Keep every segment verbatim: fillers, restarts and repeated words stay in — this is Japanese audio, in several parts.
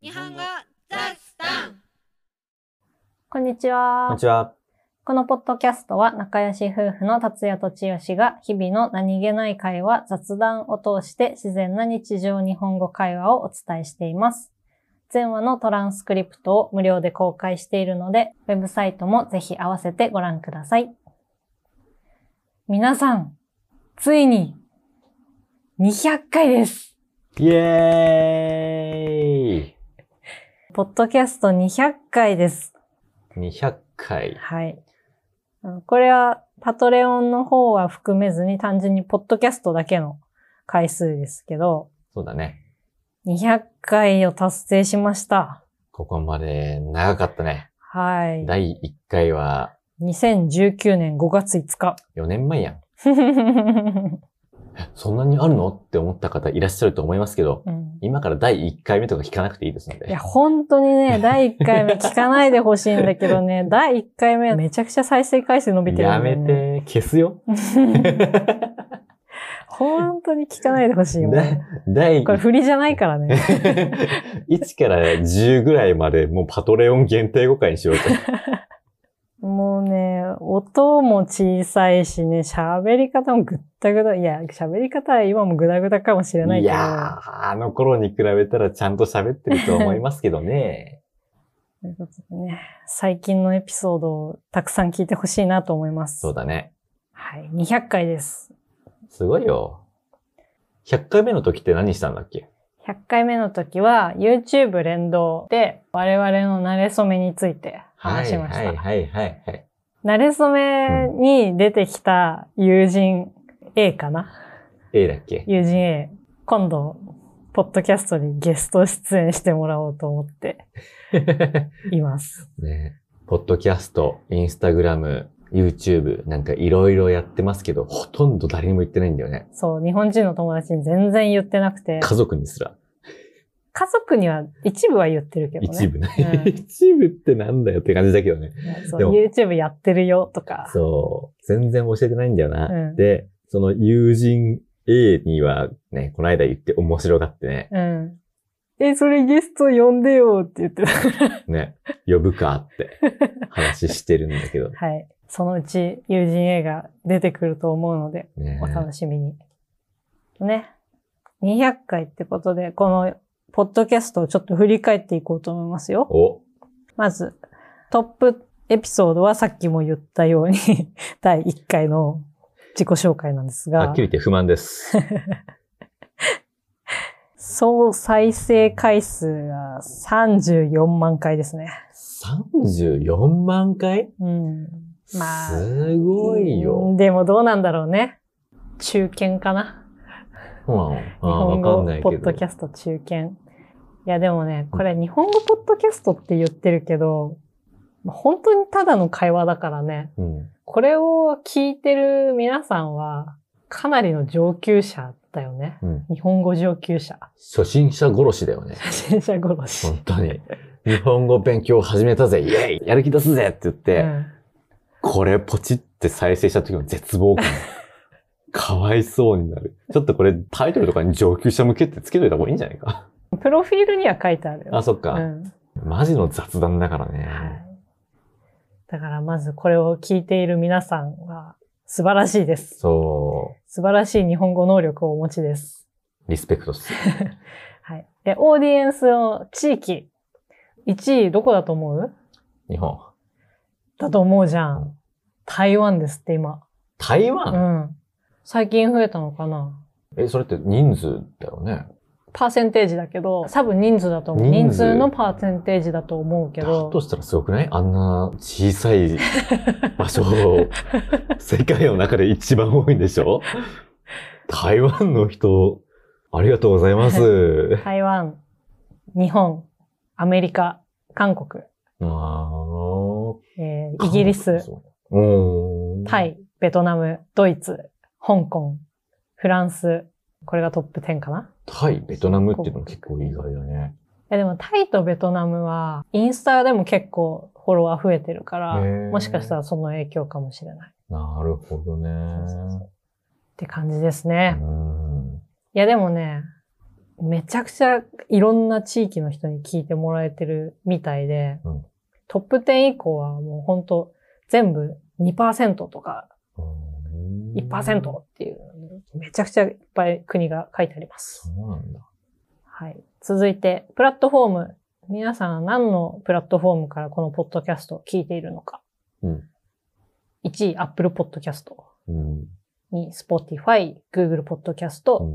日本語ザスタン。 こんにちは。 こんにちは。 このポッドキャストは仲良し夫婦の達也と千代が日々の何気ない会話、雑談を通して自然な日常日本語会話をお伝えしています。全話のトランスクリプトを無料で公開しているので、ウェブサイトもぜひ合わせてご覧ください。皆さん、ついににひゃっかいです。 イエーイ。 ポッドキャストにひゃっかいです。 にひゃっかい。 はい。これはパトレオンの方は含めずに単純にポッドキャストだけの回数ですけど。 そうだね。 にひゃっかいを達成しました。 ここまで長かったね。 はい。 だいいっかいはにせんじゅうきゅうねんごがついつか。 よねんまえやん。そんなにあるのって思った方いらっしゃると思いますけど、うん、今からだいいっかいめとか聞かなくていいですので。 いや、本当にね、だいいっかいめ聞かないでほしいんだけどね、だいいっかいめめちゃくちゃ再生回数伸びてるんだよね。 やめて、消すよ。 本当に聞かないでほしいもん。 だいこれ振りじゃないからね。 いちからじゅうぐらいまでもうパトレオン限定ごかいにしようと。 もうね、音も小さいしね、喋り方もぐったぐだ。いや、喋り方は今もぐだぐだかもしれないけど。 いやー、あの頃に比べたらちゃんと喋ってると思いますけどね。 ということでね、最近のエピソードをたくさん聞いてほしいなと思います。 そうだね。 はい、にひゃっかいです。 すごいよ。ひゃっかいめの時って何したんだっけ？ ひゃっかいめの時は YouTube 連動で我々の馴れ初めについて話しました。 はいはいはいはい。 馴れ初めに出てきた友人 A かな、 うん、?A だっけ？ 友人 A。今度、ポッドキャストにゲスト出演してもらおうと思っています。 ね、ポッドキャスト、インスタグラム、YouTube なんかいろいろやってますけど、ほとんど誰にも言ってないんだよね。 そう、日本人の友達に全然言ってなくて。 家族にすら。 家族には一部は言ってるけどね。 一部ね。うん、一部ってなんだよって感じだけどね。 そう、YouTube やってるよとか。 そう。全然教えてないんだよな。 うん、 で、その友人 A にはね、この間言って面白がってね。 うん。え、それゲスト呼んでよって言ってた。 ね、呼ぶかって話してるんだけど。 はい。そのうち友人 A が出てくると思うので、ね、お楽しみに。ね。にひゃっかいってことで、このポッドキャストをちょっと振り返っていこうと思いますよ。 お。 まず、トップエピソードはさっきも言ったようにだいいっかいの自己紹介なんですが。 はっきり言って不満です。 総再生回数がさんじゅうよんまんかいですね。 さんじゅうよんまんかい？ うん。まあ。 すごいよ。 でもどうなんだろうね。中堅かな。 うん、 日本語ポッドキャスト中堅。いやでもね、これ日本語ポッドキャストって言ってるけど、本当にただの会話だからね。 うん、これを聞いてる皆さんはかなりの上級者だよね。うん、日本語上級者。 初心者殺しだよね。 初心者殺し。 本当に。日本語勉強始めたぜ、イェイやる気出すぜって言って、うん、これポチって再生した時の絶望感。かわいそうになる。ちょっとこれタイトルとかに上級者向けってつけといた方がいいんじゃないか。 プロフィールには書いてあるよ。 あ、そっか。うん、マジの雑談だからね、はい。 だからまずこれを聞いている皆さんは素晴らしいです。 そう。 素晴らしい日本語能力をお持ちです。 リスペクトっす。 はい。で、オーディエンスの地域。いちいどこだと思う？ 日本。 だと思うじゃん。うん、台湾ですって今。 台湾？ うん。最近増えたのかな？ え、それって人数だよね。 パーセンテージだけど、多分人数だと思う。人数、人数のパーセンテージだと思うけど。 だとしたらすごくない？あんな小さい場所を世界の中で一番多いんでしょ？台湾の人、ありがとうございます。 台湾、日本、アメリカ、韓国、 あえー、イギリス、タイ、ベトナム、ドイツ、香港、フランス、これがトップじゅうかな？ タイ、ベトナムっていうのも結構意外だね。 いやでもタイとベトナムは、インスタでも結構フォロワー増えてるから、もしかしたらその影響かもしれない。 なるほどね。 そうそうそうって感じですね。 うん、 いやでもね、 めちゃくちゃいろんな地域の人に聞いてもらえてるみたいで、 うん、 トップじゅう以降はもう本当全部 にパーセント とか いちパーセント っていう、めちゃくちゃいっぱい国が書いてあります。 そうなんだ。 はい。続いて、プラットフォーム。皆さんは何のプラットフォームからこのポッドキャストを聞いているのか。 うん、 いちい、Apple Podcast。 うん、 にい、Spotify、Google Podcast、 うん、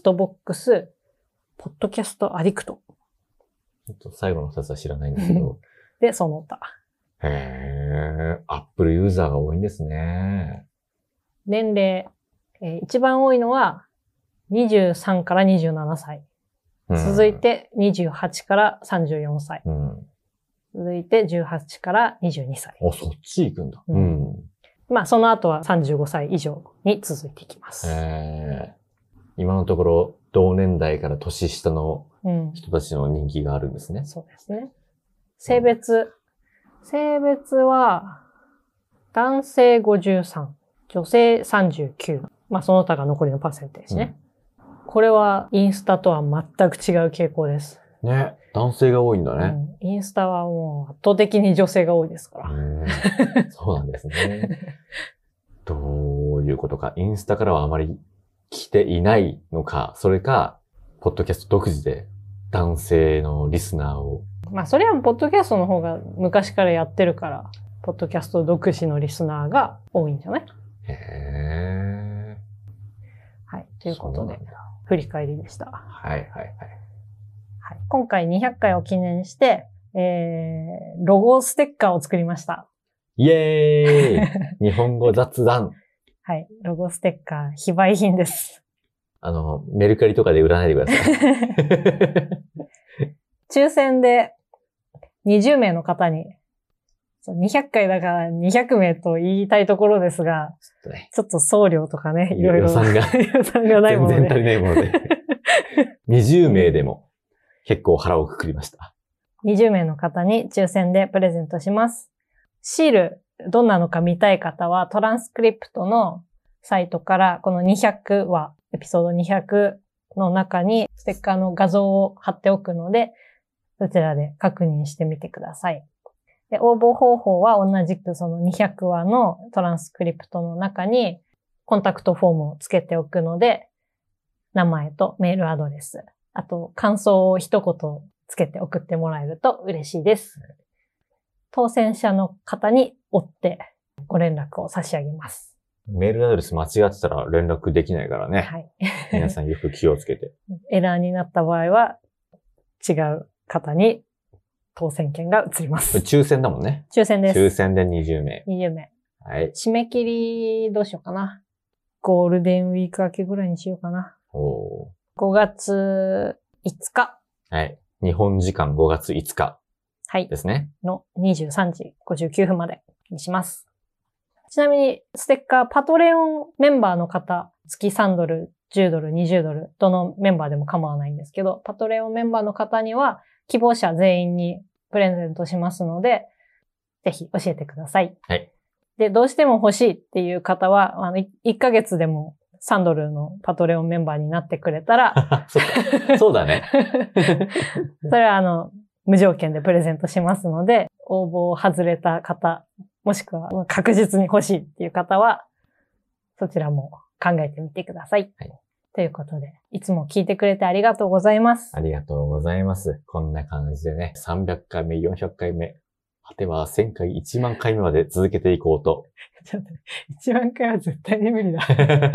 Castbox、Podcast Addict。 ちょっと最後の二つは知らないんだけど。 で、その他。 へー、Apple ユーザーが多いんですね。 年齢、えー、一番多いのはにじゅうさんからにじゅうななさい。うん、続いてにじゅうはちからさんじゅうよんさい。うん、続いてじゅうはちからにじゅうにさい。 あ、そっち行くんだ。 うん。うん、まあ、その後はさんじゅうごさい以上に続いていきます。 へー、今のところ同年代から年下の人たちの人気があるんですね。 うん、そうですね。性別。うん、性別は男性ごじゅうさん。女性さんじゅうきゅう。まあ、その他が残りのパーセンテージね。うん、これはインスタとは全く違う傾向です。 ね。男性が多いんだね。 うん、インスタはもう圧倒的に女性が多いですから。 うんそうなんですね。どういうことか。インスタからはあまり来ていないのか、それか、ポッドキャスト独自で男性のリスナーを。 まあ、それはポッドキャストの方が昔からやってるから、ポッドキャスト独自のリスナーが多いんじゃない？ へー。 はい。ということで、振り返りでした。 はいはいはい。はい、 今回にひゃっかいを記念して、えー、ロゴステッカーを作りました。 イエーイ日本語雑談。 はい。ロゴステッカー、非売品です。 あの、メルカリとかで売らないでください。 抽選でにじゅうめいの方に、にひゃっかいだからにひゃくめいと言いたいところですが、ちょっとね、ちょっと送料とかね、いろいろ。 予算が。 予算がないもので。 全然足りないもので。にじゅうめいでも結構腹をくくりました。 にじゅうめいの方に抽選でプレゼントします。シール、どんなのか見たい方はトランスクリプトのサイトからこのにひゃくわ、エピソードにひゃくの中にステッカーの画像を貼っておくので、そちらで確認してみてください。で、応募方法は同じくそのにひゃくわのトランスクリプトの中にコンタクトフォームをつけておくので、名前とメールアドレス、あと感想を一言つけて送ってもらえると嬉しいです。当選者の方に追ってご連絡を差し上げます。 メールアドレス間違ってたら連絡できないからね。 はい。 皆さんよく気をつけて。 エラーになった場合は違う方に当選権が移ります。 抽選だもんね。 抽選です。 抽選でにじゅうめい。 にじゅうめい。 はい。 締め切りどうしようかな。ゴールデンウィーク明けぐらいにしようかな。 おー。 ごがついつか。 はい。日本時間ごがついつか。 はい。 ですね。 のにじゅうさんじごじゅうきゅうふんまでにします。ちなみに、ステッカー、パトレオンメンバーの方、月さんドル、じゅうドル、にじゅうドル、どのメンバーでも構わないんですけど、パトレオンメンバーの方には、希望者全員にプレゼントしますので、ぜひ教えてください。 はい。 で、どうしても欲しいっていう方は、あの、いっかげつでもさんドルのパトレオンメンバーになってくれたら、 そっか。そうだね。 それはあの、無条件でプレゼントしますので、応募を外れた方、もしくは確実に欲しいっていう方は、そちらも考えてみてください。 はい。 ということで、いつも聞いてくれてありがとうございます。 ありがとうございます。こんな感じでね、さんびゃっかいめ、よんひゃっかいめ、果てはせんかい、いちまんかいめまで続けていこうと。 ちょっと、いちまんかいは絶対に無理だ。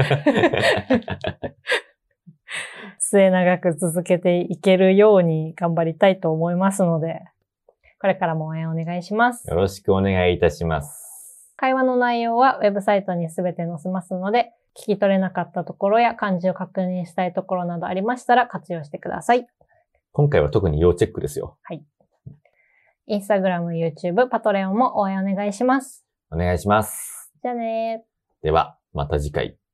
末永く続けていけるように頑張りたいと思いますので、これからも応援お願いします。 よろしくお願いいたします。 会話の内容はウェブサイトにすべて載せますので、聞き取れなかったところや漢字を確認したいところなどありましたら活用してください。 今回は特に要チェックですよ。 はい。インスタグラム、YouTube、パトレオンも応援お願いします。 お願いします。 じゃあねー。 では、また次回。